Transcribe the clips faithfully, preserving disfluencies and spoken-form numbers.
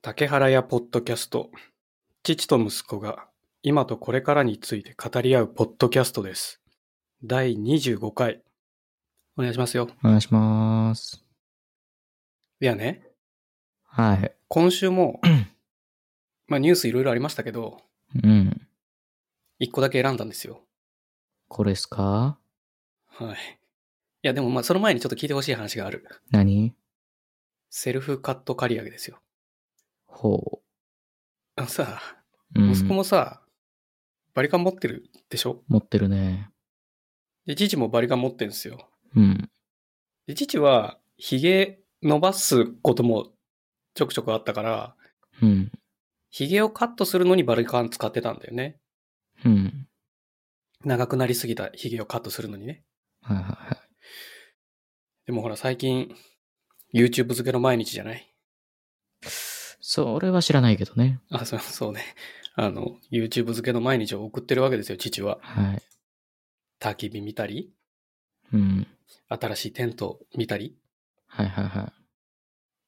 竹原屋ポッドキャスト。父と息子が今とこれからについて語り合うポッドキャストです。だいにじゅうごかい。お願いしますよ。 お願いします。 いやね、 はい。 今週も、まあニュースいろいろありましたけど、 うん。 一個だけ選んだんですよ。 これですか？ はい。いやでもまあその前にちょっと聞いてほしい話がある。 何？ セルフカット刈り上げですよ。 ほあのさ、 う。うん。 息子もさ、バリカン持ってるでしょ？ 持ってるね。 で、父もバリカン持ってるんですよ。 うん。 で、父は髭伸ばすこともちょくちょくあったから、 うん。 髭をカットするのにバリカン使ってたんだよね。 うん。 長くなりすぎた髭をカットするのにね。 はいはいはい。 でもほら最近 YouTube 漬けの毎日じゃない？ それは知らないけどね。 あ、そう、そうね。あの、YouTube 漬けの毎日を送ってるわけですよ、父は。 はい。 焚き火見たり、 うん。 新しいテント見たり。 はいはいはい。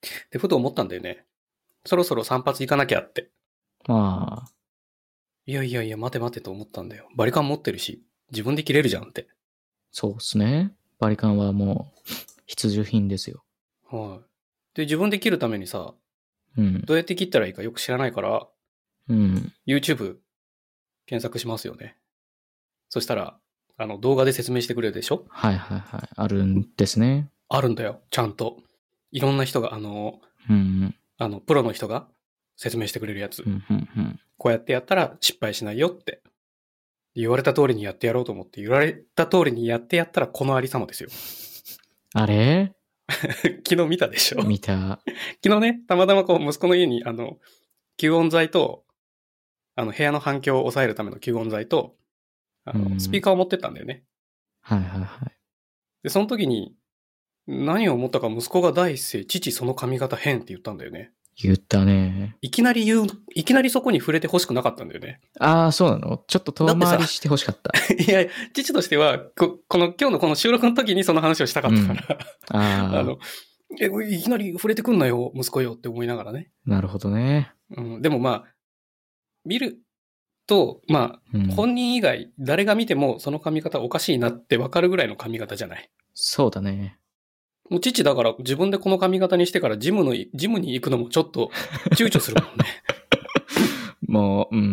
で、ふと思ったんだよね。そろそろ散髪行かなきゃって。 まあ、 いやいやいや、待て待てと思ったんだよ。バリカン持ってるし、自分で切れるじゃんって。 そうっすね。バリカンはもう必需品ですよ。 はい。で、自分で切るためにさ、 うん。 どうやって切ったらいいかよく知らないから、 うん。 YouTube 検索しますよね。そしたら、あの、動画で説明してくれるでしょ？ はいはいはい。あるんですね。 あるんだよ、ちゃんと。いろんな人が、あの、 うん。 あの、プロの人が説明してくれるやつ。 うん。うん。うん。 こうやってやったら失敗しないよって。言われた通りにやってやろうと思って言われた通りにやってやったらこのありさまですよ。 あれ？ 昨日見たでしょ？ 見た。 昨日ね、たまたまこう息子の家にあの、吸音材と、あの部屋の反響を抑えるための吸音材と、あの、 うんスピーカーを持ってったんだよね。 はいはいはい。 で、その時に、何を思ったか息子が第一声、父その髪型変って言ったんだよね。 言ったね。 いきなり言う、いきなりそこに触れて欲しくなかったんだよね。 ああ、そうなの？ちょっと遠回りしてほしかった。 いや、父としてはこ、この今日のこの収録の時にその話をしたかったから、 うん、ああの、え、いきなり触れてくんなよ、息子よって思いながらね。 なるほどね。 うん、でもまあ、見ると、まあ、 うん、 本人以外誰が見てもその髪型おかしいなってわかるぐらいの髪型じゃない。 そうだね。 もう父だから自分でこの髪型にしてからジムの、ジムに行くのもちょっと躊躇するもんね。 もう、うん。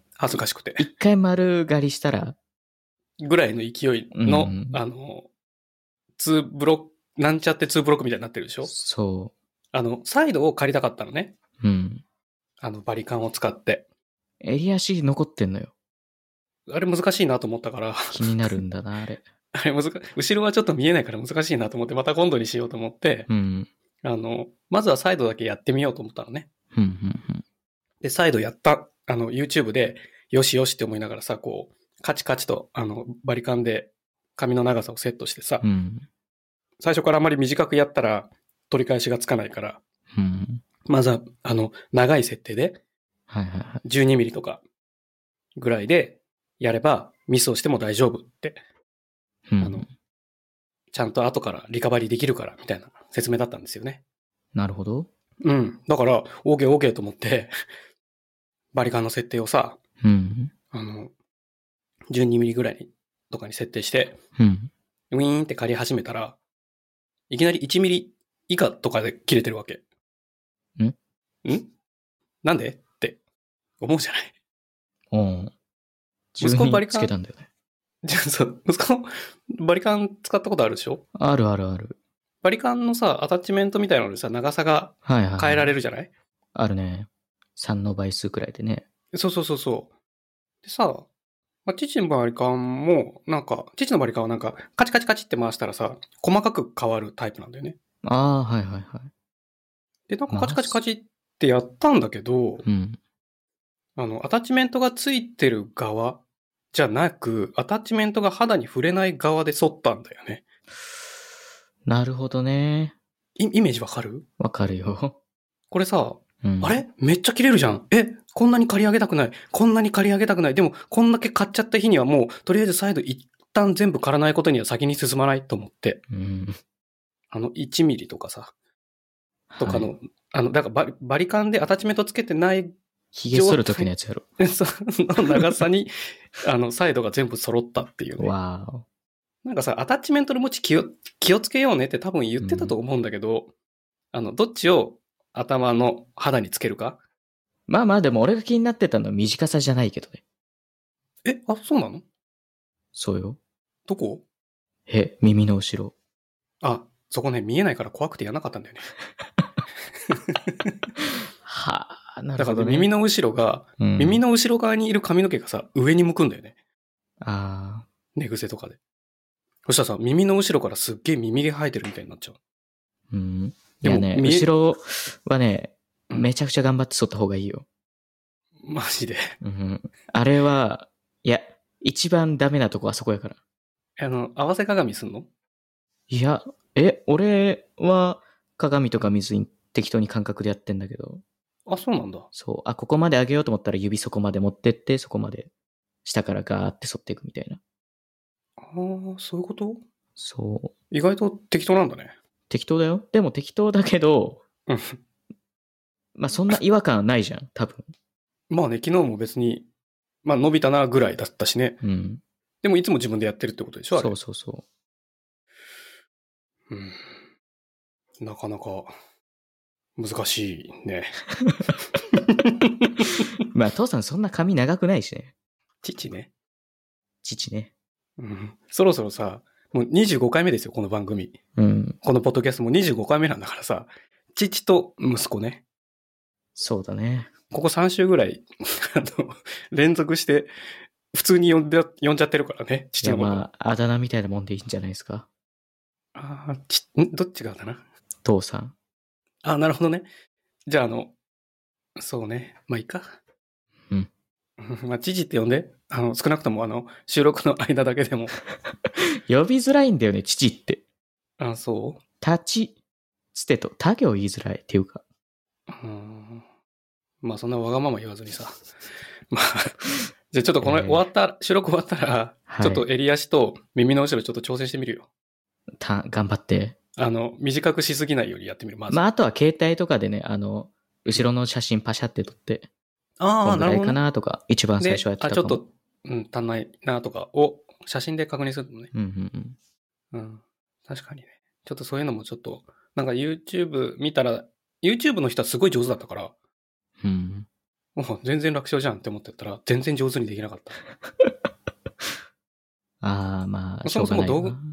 恥ずかしくて。 一回丸刈りしたらぐらいの勢いの、 うん、 あの、ツーブロック、なんちゃってツーブロックみたいになってるでしょ？ そあの、サイドを借りたかったのね。 う。うん。 あの、バリカンを使って。 襟足残ってんのよ。 あれ難しいなと思ったから。 気になるんだな、あれ。 あれ難し、後ろはちょっと見えないから難しいなと思って、また今度にしようと思って、 うん。 あの、まずはサイドだけやってみようと思ったのね。 うん、うん、 で、サイドやった、あの、YouTube で、よしよしって思いながらさ、こう、カチカチと、あの、バリカンで髪の長さをセットしてさ、 うん。 最初からあまり短くやったら取り返しがつかないから、 うん。 まずは、あの、長い設定で、 はいはいはい。 じゅうにミリとかぐらいでやればミスをしても大丈夫って、 うん、 あの、ちゃんと後からリカバリーできるからみたいな説明だったんですよね。 なるほど。 うん。だから、OK、OK と思って、バリカンの設定をさ、 うん。 あの、じゅうにミリぐらいとかに設定して、 うん。 ウィーンって刈り始めたら、いきなりいちミリ以下とかで切れてるわけ。 んんなんでって思うじゃない。 おう。 息自分につ子バリカンけたんだよね。 じゃあさ、息子バリカン使ったことあるでしょ？ あるあるある。 バリカンのさ、アタッチメントみたいなのでさ、長さがはいはい、はい。 変えられるじゃない？ あるね。さんの倍数くらいでね。 そうそうそうそう。でさ、まあ、父のバリカンも、なんか、父のバリカンはなんか、カチカチカチって回したらさ、細かく変わるタイプなんだよね。 ああ、はいはいはい。 で、なんかカチカチカチってやったんだけど、 うん。 あの、アタッチメントがついてる側じゃなく、アタッチメントが肌に触れない側で剃ったんだよね。 なるほどね。 イイメージわかる？ わかるよ。 これさ、 うん、 あれめっちゃ切れるじゃん。えこんなに刈り上げたくない。こんなに刈り上げたくない。でも、こんだけ刈っちゃった日にはもう、とりあえず再度一旦全部刈らないことには先に進まないと思って。 うん。 あの、いちミリとかさ、 とかの、 はい、 あの、だからバリバリカンでアタッチメントつけてない髭剃る時のやつやろ。 その長さに、あの、サイドが全部揃ったっていうね。 わーお。 なんかさ、アタッチメントの持ち気を、気をつけようねって多分言ってたと思うんだけど、うん、あの、どっちを頭の肌につけるか。 まあまあでも俺が気になってたのは短さじゃないけどね。 え、あ、そうなの？ そうよ。 どこ？ え、耳の後ろ。 あ、そこね、見えないから怖くてやらなかったんだよね。 はあ、なるだから、 ほどね。 耳の後ろが、うん、耳の後ろ側にいる髪の毛がさ、上に向くんだよね。 ああ。 寝癖とかで。そしたらさ、耳の後ろからすっげえ耳毛生えてるみたいになっちゃう。 うん。いやね、後ろはね、めちゃくちゃ頑張って剃った方がいいよ。 マジで。 うん。あれは、いや、一番ダメなとこはそこやから。 あの、合わせ鏡すんの？ いや、え、俺は鏡とか水に適当に感覚でやってんだけど。 あ、そうなんだ。 そう。あ、ここまで上げようと思ったら指そこまで持ってって、そこまで下からガーって剃っていくみたいな。 ああ、そういうこと？ そう。 意外と適当なんだね。 適当だよ。でも適当だけど、まあそんな違和感ないじゃん、多分。 まあね、昨日も別に、まあ伸びたなぐらいだったしね。 うん。 でもいつも自分でやってるってことでしょ？あれ。 そうそうそう。 うん。なかなか難しいね。 まあ父さんそんな髪長くないしね。 父ね。 父ね。 うん。そろそろさ、もうにじゅうごかいめですよ、この番組。 うん。 このポッドキャストもにじゅうごかいめなんだからさ、父と息子ね。 そうだね。 ここさん週ぐらい、あの、連続して、普通に呼んで、呼んじゃってるからね、父のこと。 いやまあ、あだ名みたいなもんでいいんじゃないですか。 ああ、ち、んどっちがだな。 父さん。 ああ、なるほどね。じゃあ、あの、そうね。まあ、いいか。 うん。 まあ、父って呼んで、あの、少なくともあの、収録の間だけでも。 呼びづらいんだよね、父って。 あ、そう？ 立ち、つてと、他行言いづらいっていうか。 うん。まあ、そんなわがまま言わずにさ。まあ、じゃあちょっとこの、えー、終わった、収録終わったら、はい、ちょっと襟足と耳の後ろちょっと挑戦してみるよ。 た、頑張って。 あの、短くしすぎないようにやってみる、まず。 まあ、あとは携帯とかでね、あの、後ろの写真パシャって撮って。 ああ、なるほど。 こんぐらいかなとか、一番最初はやってたかも。 あ、ちょっと、うん、足んないなとかを写真で確認するのね。 うんうんうん。うん。確かにね。ちょっとそういうのもちょっと、なんか YouTube 見たら、YouTube の人はすごい上手だったから、 うん。 もう全然楽勝じゃんって思ってたら、全然上手にできなかった。 ああ、まあ、 そもそも道具、うん。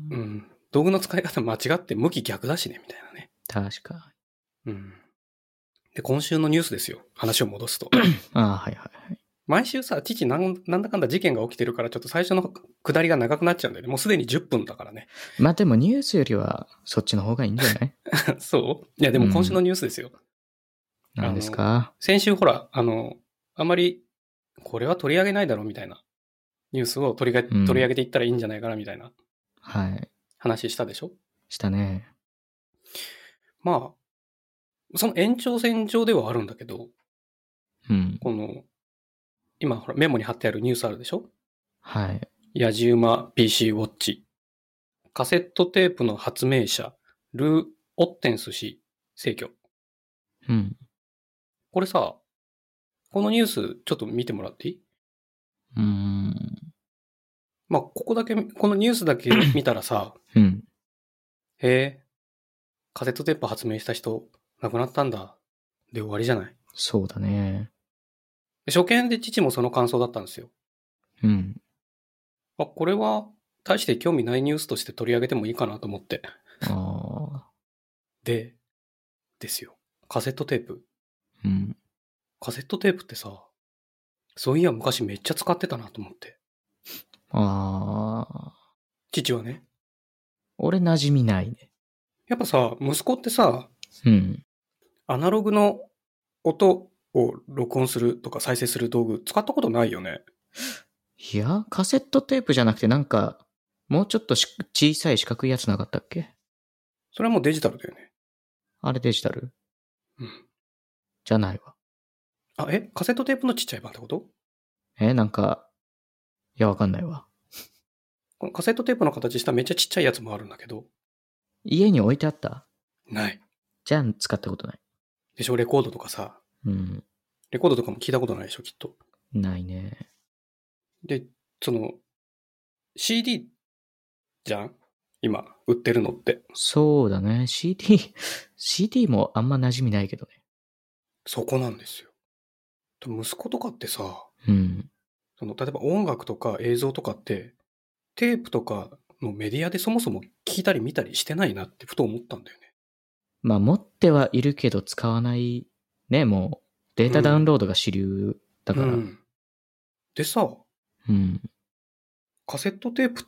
道具の使い方間違って向き逆だしね、みたいなね。 確かに。うん。で、今週のニュースですよ。話を戻すと。 ああ、はいはいはい。 毎週さ、父なんなんだかんだ事件が起きてるから、ちょっと最初の下りが長くなっちゃうんだよね。もうすでにじゅっぷんだからね。 まあでもニュースよりはそっちの方がいいんじゃないそういやでも今週のニュースですよ。 うん、何ですか？ 先週ほら、あの、あまり、これは取り上げないだろうみたいなニュースを取りが、うん、取り上げていったらいいんじゃないかなみたいな。 はい。 話したでしょ？ したね。 まあ、その延長線上ではあるんだけど、 うん。 この、今ほらメモに貼ってあるニュースあるでしょ？ はい。 やじ馬 ピーシー ウォッチ。カセットテープの発明者、ルー・オッテンス氏、逝去。 うん。 これさ、このニュースちょっと見てもらっていい？ うーん。 まあ、ここだけ、このニュースだけ見たらさ、 うん。 へえ、カセットテープ発明した人、亡くなったんだ。で終わりじゃない？ そうだね。 初見で父もその感想だったんですよ。 うん。 あ、これは、大して興味ないニュースとして取り上げてもいいかなと思って。 ああ。 で、ですよ。カセットテープ。 うん。 カセットテープってさ、そういや昔めっちゃ使ってたなと思って。 ああ。 父はね。 俺馴染みないね。 やっぱさ、息子ってさ、 うん。 アナログの音を録音するとか再生する道具使ったことないよね。 いや、カセットテープじゃなくてなんか、もうちょっと小さい四角いやつなかったっけ？ それはもうデジタルだよね。 あれデジタル？ うん。 じゃないわ。 あ、えカセットテープのちっちゃい版ってこと？ え、なんか、いやわかんないわ。 このカセットテープの形しためっちゃちっちゃいやつもあるんだけど。 家に置いてあった？ ない。 じゃあ使ったことない。 でしょ、レコードとかさ。 うん。 レコードとかも聞いたことないでしょ、きっと。 ないね。 で、その、シーディー じゃん今、売ってるのって。 そうだね。シーディー、シーディー もあんま馴染みないけどね。 そこなんですよ。息子とかってさ、 うん。 その、例えば音楽とか映像とかって、テープとかのメディアでそもそも聞いたり見たりしてないなってふと思ったんだよね。 まあ持ってはいるけど使わない。ね、もうデータダウンロードが主流だから。 うん。でさ、 うん。 カセットテープって、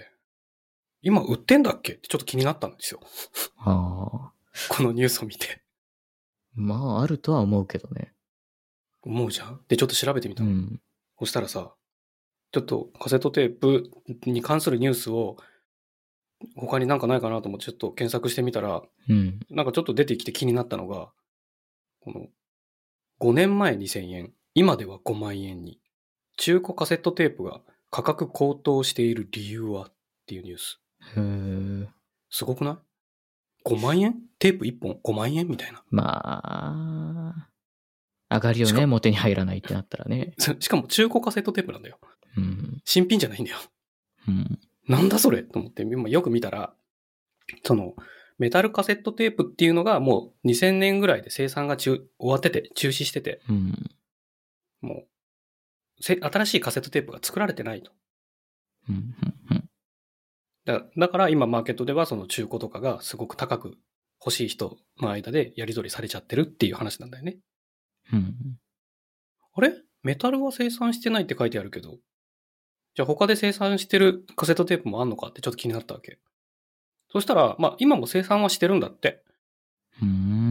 今売ってんだっけってちょっと気になったんですよ。 ああ。 このニュースを見て。 まあ、あるとは思うけどね。 思うじゃん。で、ちょっと調べてみたの。 うん。 そしたらさ、ちょっとカセットテープに関するニュースを他になんかないかなと思ってちょっと検索してみたら、 うん。 なんかちょっと出てきて気になったのが、このごねんまえにせんえん、今ではごまんえんに、中古カセットテープが価格高騰している理由はっていうニュース。 へー。 すごくない？ ご 万円テープいっぽんごまんえんみたいな。 まあ、上がるよね。 しかも手に入らないってなったらね。 しかも中古カセットテープなんだよ。 うん。 新品じゃないんだよ。 うん。 なんだそれと思って今よく見たら、そのメタルカセットテープっていうのがもうにせんねんぐらいで生産が中終わってて中止してて、 うん。 もうせ新しいカセットテープが作られてないと。 うん。うん。 だだから今マーケットではその中古とかがすごく高く欲しい人の間でやり取りされちゃってるっていう話なんだよね。 うん。 あれメタルは生産してないって書いてあるけど、じゃあ他で生産してるカセットテープもあんのかってちょっと気になったわけ。そしたら、まあ今も生産はしてるんだって。 うん。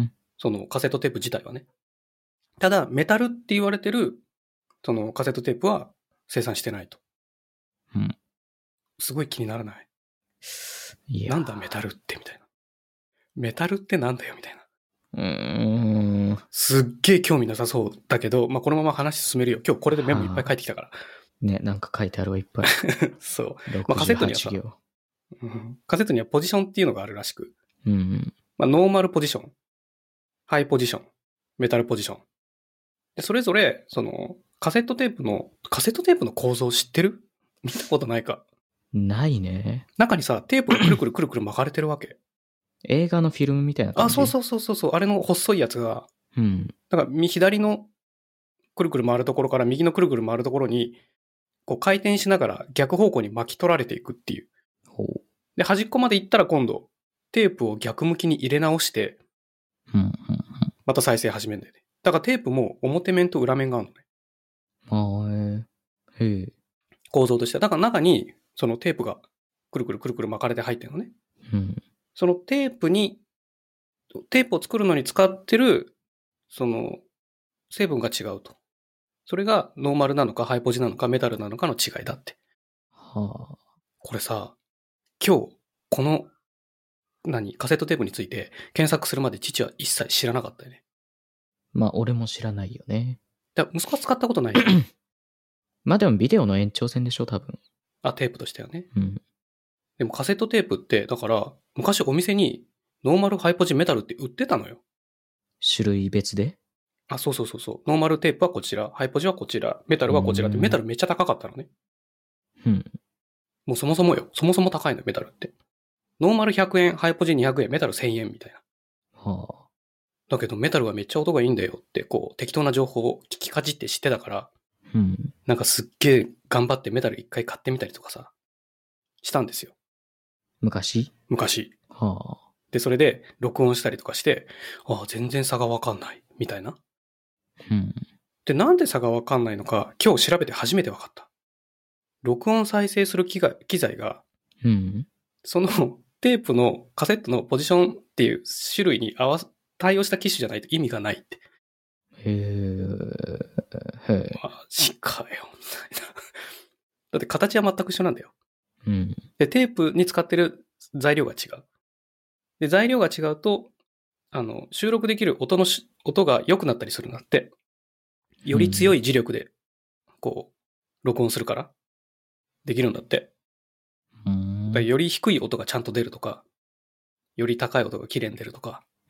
そのカセットテープ自体はね。ただ、メタルって言われてる、そのカセットテープは生産してないと。 うん。 すごい気にならない？ いや。 なんだメタルってみたいな。メタルってなんだよみたいな。 うーん。 すっげえ興味なさそうだけど、まあこのまま話進めるよ。今日これでメモいっぱい書いてきたから。 ね、なんか書いてあるわ、いっぱい。 そう。 ままあカセットにはさ、 行。 うん、カセットにはポジションっていうのがあるらしく。 うん。 まあノーマルポジション、ハイポジション、メタルポジション。でそれぞれ、その、カセットテープの、カセットテープの構造知ってる？見たことないか？ ないね。 中にさ、テープがくるくるくるくる巻かれてるわけ。 映画のフィルムみたいな感あ、 じ。 そうそうそうそうそう。あれの細いやつが、 うん。 だから右左のくるくる回るところから右のくるくる回るところに、こう回転しながら逆方向に巻き取られていくっていう。 ほう。 で、端っこまで行ったら今度、テープを逆向きに入れ直して、 うん。うん。 また再生始めるんだよね。だからテープも表面と裏面があるのね。 あー、へえ。 構造として。だから中に、そのテープがくるくるくるくる巻かれて入ってるのね。 うん。 そのテープに、テープを作るのに使ってる、その、成分が違うと。それがノーマルなのかハイポジなのかメタルなのかの違いだって。 はあ。 これさ、今日、この、何、カセットテープについて検索するまで父は一切知らなかったよね。 まあ、俺も知らないよね。 だ息子は使ったことないよ。 まあでもビデオの延長線でしょ、多分。 あ、テープとしてはね。 うん。 でもカセットテープって、だから、昔お店にノーマルハイポジメタルって売ってたのよ。 種類別で？ あ、そうそうそうそう。ノーマルテープはこちら、ハイポジはこちら、メタルはこちらって、メタルめっちゃ高かったのね。 うん。 もうそもそもよ。そもそも高いのよ、メタルって。ノーマルひゃくえん、ハイポジにひゃくえん、メタルせんえんみたいな。 はあ。 だけどメタルはめっちゃ音がいいんだよって、こう、適当な情報を聞きかじって知ってたから、 うん。 なんかすっげえ頑張ってメタル一回買ってみたりとかさ、したんですよ。 昔？ 昔。 はあ。 で、それで録音したりとかして、ああ、全然差がわかんない、みたいな。 うん。 で、なんで差がわかんないのか、今日調べて初めてわかった。録音再生する機材機材が、 うん。 そのテープのカセットのポジションっていう種類に合わせ、対応した機種じゃないと意味がないって。 へえ。へえ。 マジかよ、みたいな。だって形は全く一緒なんだよ。 うん。 で、テープに使ってる材料が違う。で、材料が違うと、あの、収録できる音のし、音が良くなったりするんだって。より強い磁力で、こう、録音するから、できるんだって。 うん。 だからより低い音がちゃんと出るとか、より高い音が綺麗に出るとか、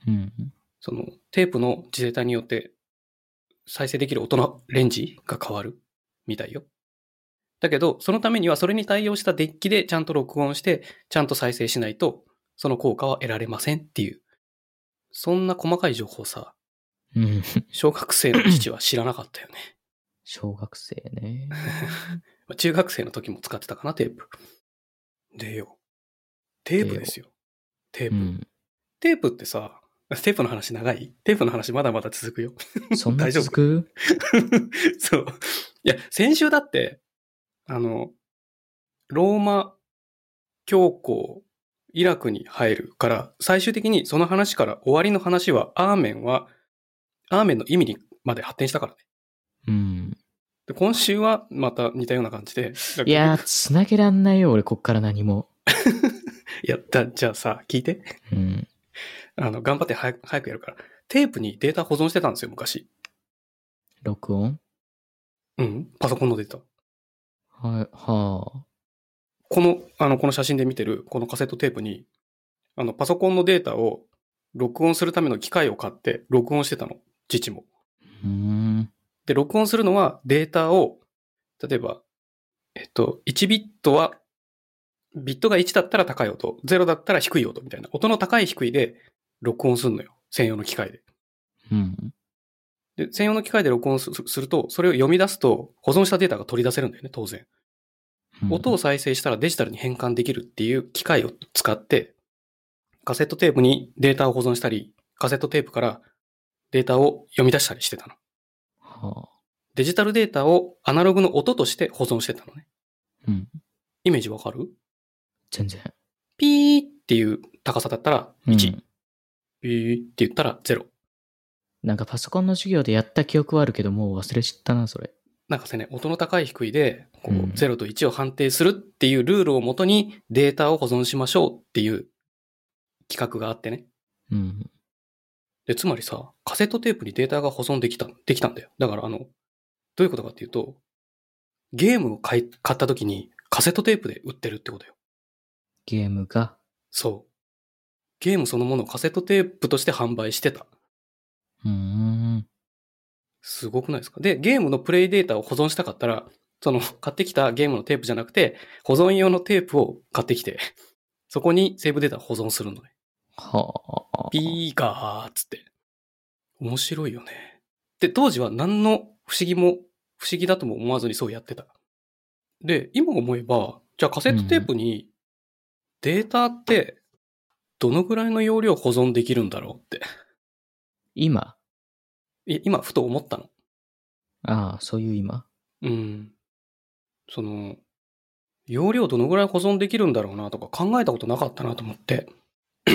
うん。 そのテープの次世代によって再生できる音のレンジが変わるみたいよ。だけど、そのためにはそれに対応したデッキでちゃんと録音して、ちゃんと再生しないと、その効果は得られませんっていう。そんな細かい情報さ、 うん。 小学生の父は知らなかったよね。 小学生ね。 中学生の時も使ってたかな、テープ。でよ。テープですよ。テープ。 うん。 テープってさ、テープの話長い？テープの話まだまだ続くよ。 そんな大丈夫続く？ そう。いや、先週だって、あの、ローマ教皇、イラクに入るから、最終的にその話から終わりの話は、アーメンは、アーメンの意味にまで発展したからね。 うん。 で今週はまた似たような感じで。 いやー、つなげらんないよ、俺、こっから何も。 いや、だ、じゃあさ、聞いて。 うん。 あの、頑張って早く、早くやるから。テープにデータ保存してたんですよ、昔。 録音？ うん、パソコンのデータ。 はい、はあ。 この、あの、この写真で見てる、このカセットテープに、あの、パソコンのデータを録音するための機械を買って、録音してたの。父も。 うーん。 で、録音するのはデータを、例えば、えっと、いちビットは、ビットがいちだったら高い音、ゼロだったら低い音みたいな、音の高い低いで録音するのよ。専用の機械で。 うん。 で、専用の機械で録音すると、それを読み出すと、保存したデータが取り出せるんだよね、当然。 うん、 音を再生したらデジタルに変換できるっていう機械を使って、カセットテープにデータを保存したり、カセットテープからデータを読み出したりしてたの。 はあ。 デジタルデータをアナログの音として保存してたのね。 うん。 イメージわかる？ 全然。 ピーっていう高さだったらいち。 うん、 ピーって言ったらゼロ。 なんかパソコンの授業でやった記憶はあるけど、もう忘れちゃったな、それ。 なんかさね、音の高い低いで、こう、 うんゼロといちを判定するっていうルールをもとにデータを保存しましょうっていう企画があってね。 うん。 で、つまりさ、カセットテープにデータが保存できた、できたんだよ。だからあの、どういうことかっていうと、ゲームを買い、買った時にカセットテープで売ってるってことよ。 ゲームが。 そう。ゲームそのものをカセットテープとして販売してた。 うーん。 すごくないですか？で、ゲームのプレイデータを保存したかったら、その買ってきたゲームのテープじゃなくて、保存用のテープを買ってきて、そこにセーブデータを保存するのね。 はあ。 ピーガーっつって。面白いよね。で、当時は何の不思議も、不思議だとも思わずにそうやってた。で、今思えば、じゃあカセットテープにデータってどのぐらいの容量保存できるんだろうって。 今？ い今、ふと思ったの。 ああ、そういう今？ うん。その、容量どのぐらい保存できるんだろうなとか考えたことなかったなと思って。 うん。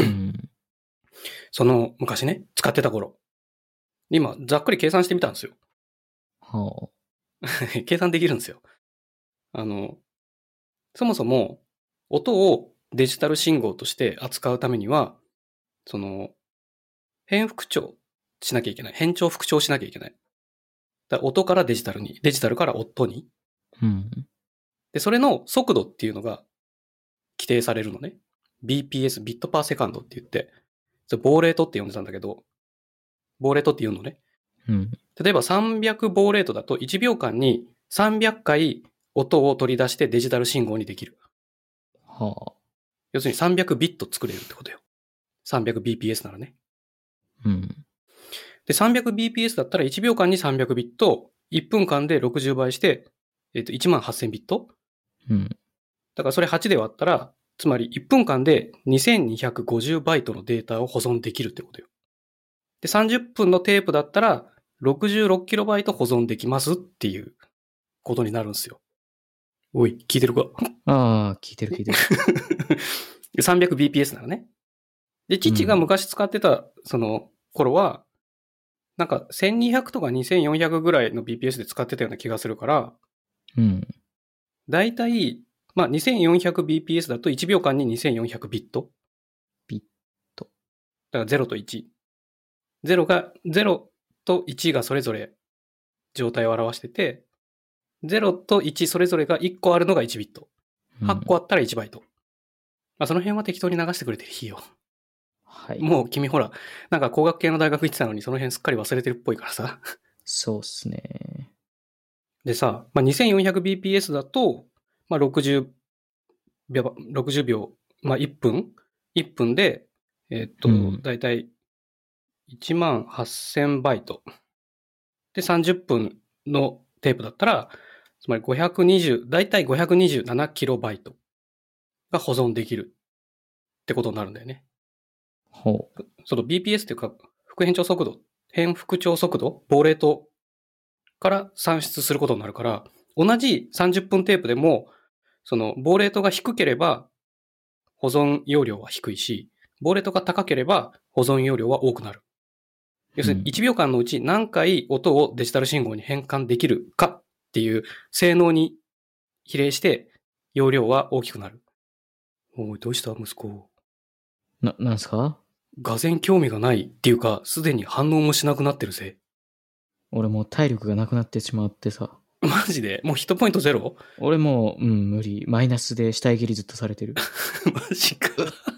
その、昔ね、使ってた頃。今、ざっくり計算してみたんですよ。 はあ。 計算できるんですよ。あの、そもそも、音をデジタル信号として扱うためには、その、変復調しなきゃいけない。変調復調しなきゃいけない。だから音からデジタルに、デジタルから音に。 うん。 で、それの速度っていうのが規定されるのね。ビーピーエス、ビットパーセカンドって言って、それボーレートって呼んでたんだけど、ボーレートって言うのね。 うん。 例えばさんびゃくボーレートだといちびょうかんにさんびゃっかい音を取り出してデジタル信号にできる。 はあ。 要するにさんびゃくビット作れるってことよ。さんびゃくビーピーエス ならね。 うん。 で、さんびゃくビーピーエス だったらいちびょうかんにさんびゃくビット、いっぷんかんでろくじゅうばいして、えっと、いちまんはっせんビット。 うん。 だからそれはちで割ったら、つまりいっぷんかんでにせんにひゃくごじゅうバイトのデータを保存できるってことよ。で、さんじゅっぷんのテープだったら、ろくじゅうろくキロバイト保存できますっていうことになるんですよ。おい、聞いてるか？ ああ、聞いてる聞いてる。 さんびゃくビーピーエス ならね。で、父が昔使ってた、その頃は、なんかせんにひゃくとかにせんよんひゃくぐらいの ビーピーエス で使ってたような気がするから、 うん。 だいたい、まあ にせんよんひゃくビーピーエス だといちびょうかんににせんよんひゃくビット。 ビット。 だからゼロといち。ゼロが、ゼロといちがそれぞれ状態を表してて、ゼロといちそれぞれがいっこあるのがいちビット。はっこあったらいちバイト。まあその辺は適当に流してくれていいよ。 はい。 もう君ほら、なんか工学系の大学行ってたのにその辺すっかり忘れてるっぽいからさ。 そうっすね。 でさ、まあ、にせんよんひゃくビーピーエス だと、まあ、ろくじゅうびょう、ろくじゅうびょう、まあ、いっぷん ?いっ 分で、えーっと、 うん、 だいたいいちまんはっせんバイト。で、さんじゅっぷんのテープだったら、つまりごひゃくにじゅう、だいたいごひゃくにじゅうななキロバイトが保存できるってことになるんだよね。 ほう。 その ビーピーエス っていうか、副変調速度、変復調速度、ボーレートから算出することになるから、同じさんじゅっぷんテープでも、その、ボーレートが低ければ、保存容量は低いし、ボーレートが高ければ、保存容量は多くなる。要するに、いちびょうかんのうち何回音をデジタル信号に変換できるかっていう性能に比例して、容量は大きくなる。おい、どうした息子。 な、なんすか？ がぜん興味がないっていうか、すでに反応もしなくなってるぜ。 俺もう体力がなくなってしまってさ。 マジでもうヒットポイントゼロ？ 俺もう、うん、無理。マイナスで下切りずっとされてる。 マジか。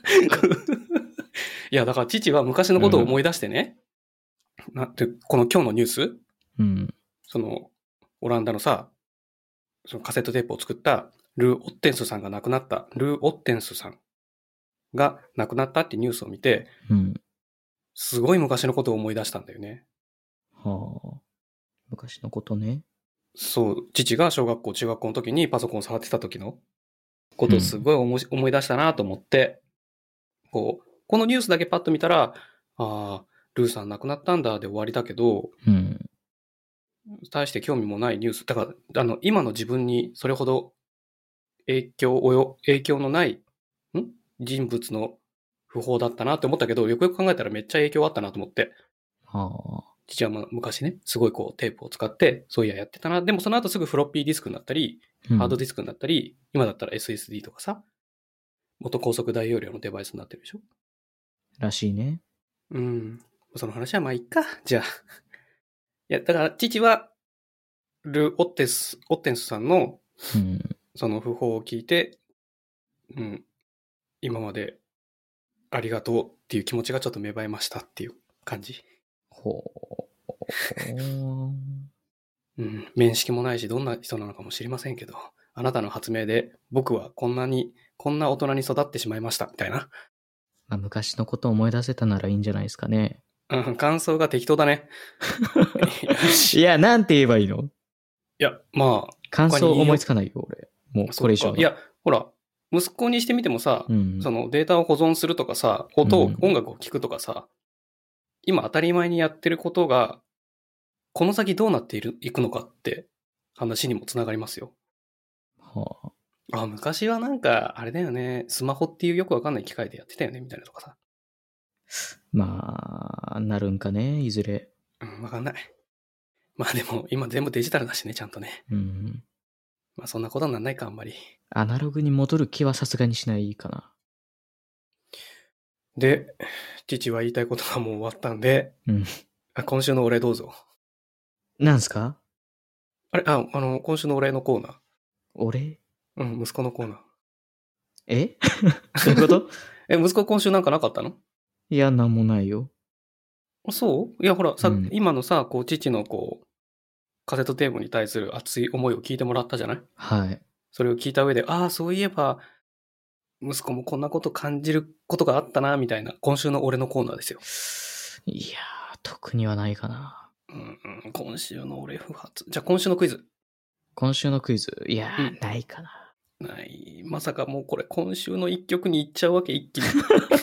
いや、だから父は昔のことを思い出してね、うん、なってこの今日のニュース、 うん、 その、オランダのさ、そのカセットテープを作ったルー・オッテンスさんが亡くなった、ルー・オッテンスさんが亡くなったってニュースを見て、 うん、 すごい昔のことを思い出したんだよね。 はあ。昔のことね。 そう、父が小学校、中学校の時にパソコンを触ってた時のことをすごい思い、うん、思い出したなと思って、こう、このニュースだけパッと見たら、ああ、ルーさん亡くなったんだで終わりだけど、 うん、 大して興味もないニュース。だから、あの、今の自分にそれほど影響をよ、影響のない、ん人物の訃報だったなって思ったけど、よくよく考えたらめっちゃ影響あったなと思って。 はあ。 父は昔ね、すごいこうテープを使って、そういややってたな。でもその後すぐフロッピーディスクになったり、 うん、 ハードディスクになったり、今だったら エスエスディー とかさ、元高速大容量のデバイスになってるでしょ？ らしいね。 うん。その話はまあいいか。じゃあ。いや、だから父は、ル・オッテス、オッテンスさんの、 うん、 その訃報を聞いて、うん、今までありがとうっていう気持ちがちょっと芽生えましたっていう感じ。 ほう。 うん、面識もないし、どんな人なのかも知りませんけど、あなたの発明で僕はこんなに、こんな大人に育ってしまいました、みたいな。 まあ、昔のことを思い出せたならいいんじゃないですかね。 うん、感想が適当だね。 いや、なんて言えばいいの？ いや、まあ。 感想思いつかないよ、俺。もう、これ以上の。 いや、ほら、息子にしてみてもさ、うん、そのデータを保存するとかさ、音を、うん、音楽を聴くとかさ、今当たり前にやってることが、この先どうなっている、いくのかって話にもつながりますよ。 はあ。あ、昔はなんか、あれだよね、スマホっていうよくわかんない機械でやってたよね、みたいなとかさ。 まあ、なるんかね、いずれ。 うん、わかんない。まあでも、今全部デジタルだしね、ちゃんとね。 うん。 まあそんなことになんないか、あんまり。 アナログに戻る気はさすがにしないかな。 で、父は言いたいことがもう終わったんで、 うん。 今週のお礼どうぞ。 なんすか？ あれ、あ、あの、今週のお礼のコーナー。 お礼？ うん、息子のコーナー。 え？どういうこと？ え、息子今週なんかなかったの？ いや、なんもないよ。 そういや、ほら、さ、 うん、 今のさ、こう、父のこう、カセットテープに対する熱い思いを聞いてもらったじゃない？はい。それを聞いた上で、ああ、そういえば、息子もこんなこと感じることがあったな、みたいな、今週の俺のコーナーですよ。 いやー、特にはないかな。 うんうん、今週の俺不発。じゃあ今週のクイズ。 今週のクイズ。いやー、うん、ないかな。 ない。まさかもうこれ今週の一曲に行っちゃうわけ、一気に。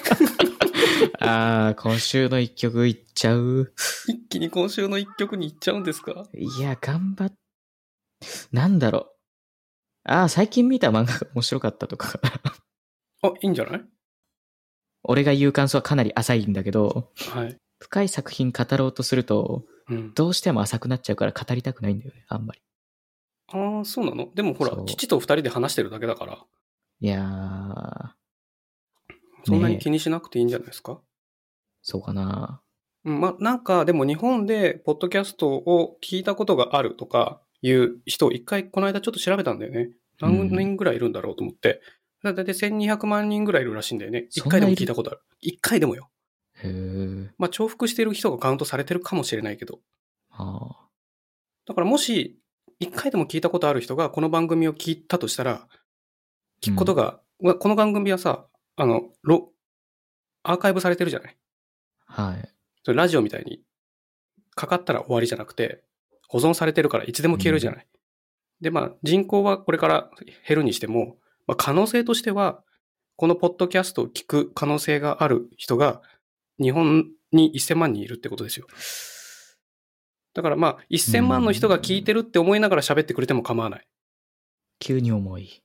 あー、今週の一曲行っちゃう。 一気に今週の一曲に行っちゃうんですか？ いや、頑張っ、なんだろう。あー、最近見た漫画が面白かったとか。 あ、いいんじゃない？ 俺が言う感想はかなり浅いんだけど、 はい。 深い作品語ろうとすると、うん、どうしても浅くなっちゃうから語りたくないんだよね、あんまり。 ああ、そうなの？でもほら、父と二人で話してるだけだから。 いやー。 そんなに気にしなくていいんじゃないですか？ね、 そうかな。 うん、ま、なんか、でも日本で、ポッドキャストを聞いたことがあるとかいう人を一回、この間ちょっと調べたんだよね。何人ぐらいいるんだろうと思って。だいたいせんにひゃくまんにんぐらいいるらしいんだよね。一回でも聞いたことある。一回でもよ。 へえ。 まあ重複してる人がカウントされてるかもしれないけど。 はあ。 だからもし、一回でも聞いたことある人がこの番組を聞いたとしたら、聞くことが、うん、この番組はさ、あの、ロ、アーカイブされてるじゃない。 はい。 それラジオみたいに、かかったら終わりじゃなくて、保存されてるからいつでも消えるじゃない。うん、で、まあ人口はこれから減るにしても、まあ、可能性としては、このポッドキャストを聞く可能性がある人が、日本にせんまんにんいるってことですよ。だからまあ、せんまんの人が聞いてるって思いながら喋ってくれても構わない。 急に重い。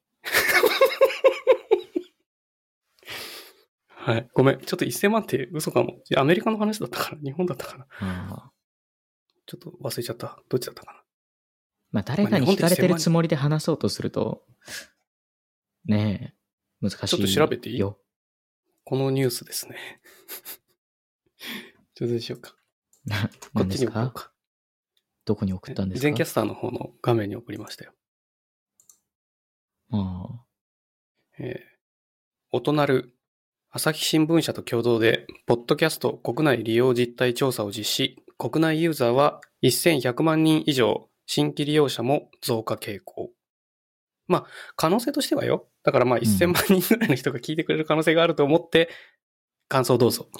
はい。ごめん。ちょっとせんまんって嘘かも。アメリカの話だったかな、日本だったかな。 ああ。 ちょっと忘れちゃった。どっちだったかな。 まあ、誰かに聞かれてるつもりで話そうとすると、ねえ、難しいよ。 ちょっと調べていい？このニュースですね。ちょっとどうしようか。こっちに送ろうか。 どこに送ったんですか？ 全キャスターの方の画面に送りましたよ。 ああ。 えー、お隣、朝日新聞社と共同で、ポッドキャスト国内利用実態調査を実施。国内ユーザーはせんひゃくまんにん以上、新規利用者も増加傾向。まあ、可能性としてはよ。だからまあせんまんにんぐらいの人が聞いてくれる可能性があると思って、感想どうぞ。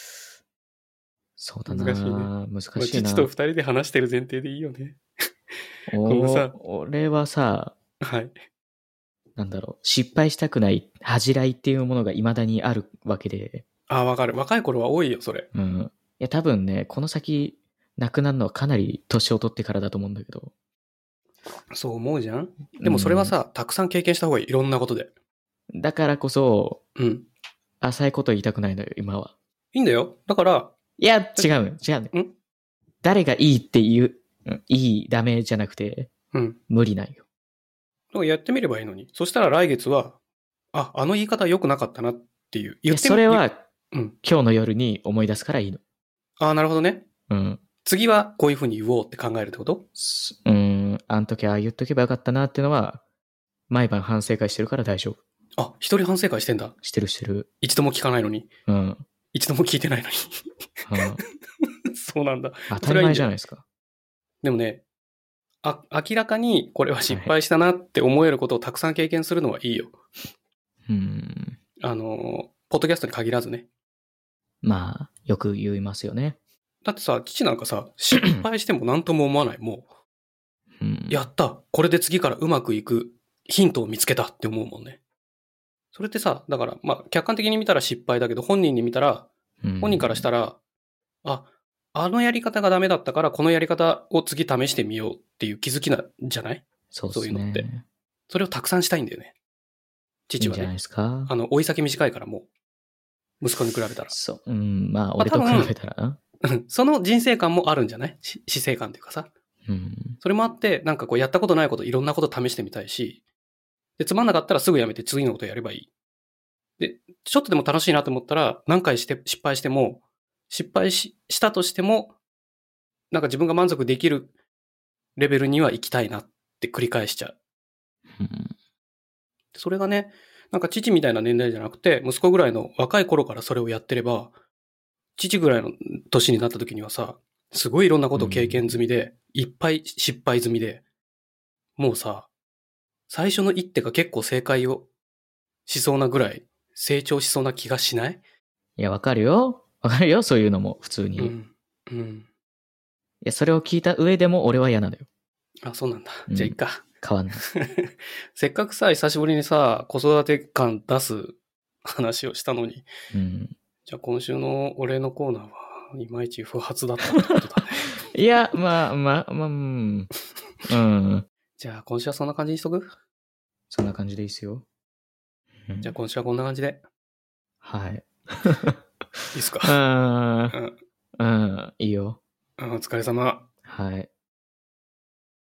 そうだな。 難しいね。 難しいな。 父と二人で話してる前提でいいよね。 このさ、俺はさ、 はい。 なんだろう、失敗したくない恥じらいっていうものが未だにあるわけで。 ああ、わかる。若い頃は多いよ、それ。 うん。いや、多分ね、この先、亡くなるのはかなり年を取ってからだと思うんだけど。 そう思うじゃん？でもそれはさ、うん、たくさん経験した方がいい。いろんなことで。 だからこそ、 うん。 浅いこと言いたくないのよ、今は。 いいんだよ。だから。 いや、違うの、違うの。ん？誰がいいって言う、いい、ダメじゃなくて、 うん。 無理ないよ。 だからやってみればいいのに。そしたら来月は、あ、あの言い方良くなかったなっていう。 言ってみ。それは、うん、今日の夜に思い出すからいいの。 ああ、なるほどね。 うん。 次はこういう風に言おうって考えるってこと？ うん、あの時ああ言っとけばよかったなっていうのは、毎晩反省会してるから大丈夫。 あ、一人反省会してんだ。 してるしてる。 一度も聞かないのに。 うん。 一度も聞いてないのに。うん、そうなんだ。 当たり前じゃないですか。 いいでもね、あ、明らかにこれは失敗したなって思えることをたくさん経験するのはいいよ。 うん。 あの、ポッドキャストに限らずね。 まあ、よく言いますよね。 だってさ、父なんかさ、失敗しても何とも思わない。もう、うん、やった。これで次からうまくいくヒントを見つけたって思うもんね。それってさ、だから、まあ、客観的に見たら失敗だけど、本人に見たら、うん、本人からしたら、あ、あのやり方がダメだったから、このやり方を次試してみようっていう気づきなんじゃない？ そうですね。そういうのって。 それをたくさんしたいんだよね。父はね。 いいんじゃないですか。 あの、追い先短いからもう、息子に比べたら。 そう。うん、まあ、俺と比べたら。 まあ、その人生観もあるんじゃない？死生観というかさ。 うん。 それもあって、なんかこう、やったことないこと、いろんなこと試してみたいし、で、つまんなかったらすぐやめて次のことやればいい。で、ちょっとでも楽しいなと思ったら、何回して失敗しても、失敗 し, したとしても、なんか自分が満足できるレベルには行きたいなって繰り返しちゃう。 うん、 それがね、なんか父みたいな年代じゃなくて、息子ぐらいの若い頃からそれをやってれば、父ぐらいの年になった時にはさ、すごいいろんなことを経験済みで、うん、いっぱい失敗済みで、もうさ、最初の一手が結構正解をしそうなぐらい成長しそうな気がしない？ いや、わかるよ。わかるよ、そういうのも、普通に。うん。 うん。 いや、それを聞いた上でも俺は嫌なのよ。 あ、そうなんだ。じゃあいっか。 うん、変わんない。 せっかくさ、久しぶりにさ、子育て感出す話をしたのに。 うん。 じゃあ今週の俺のコーナーはいまいち不発だったってことだね。 いや、まあ、まあ、まあ、うん。うん。 じゃあ今週はそんな感じにしとく？ そんな感じでいいっすよ。 うん、じゃあ今週はこんな感じで。 はい。 いいっすか？ うん。うん。いいよ。 お疲れ様。 はい。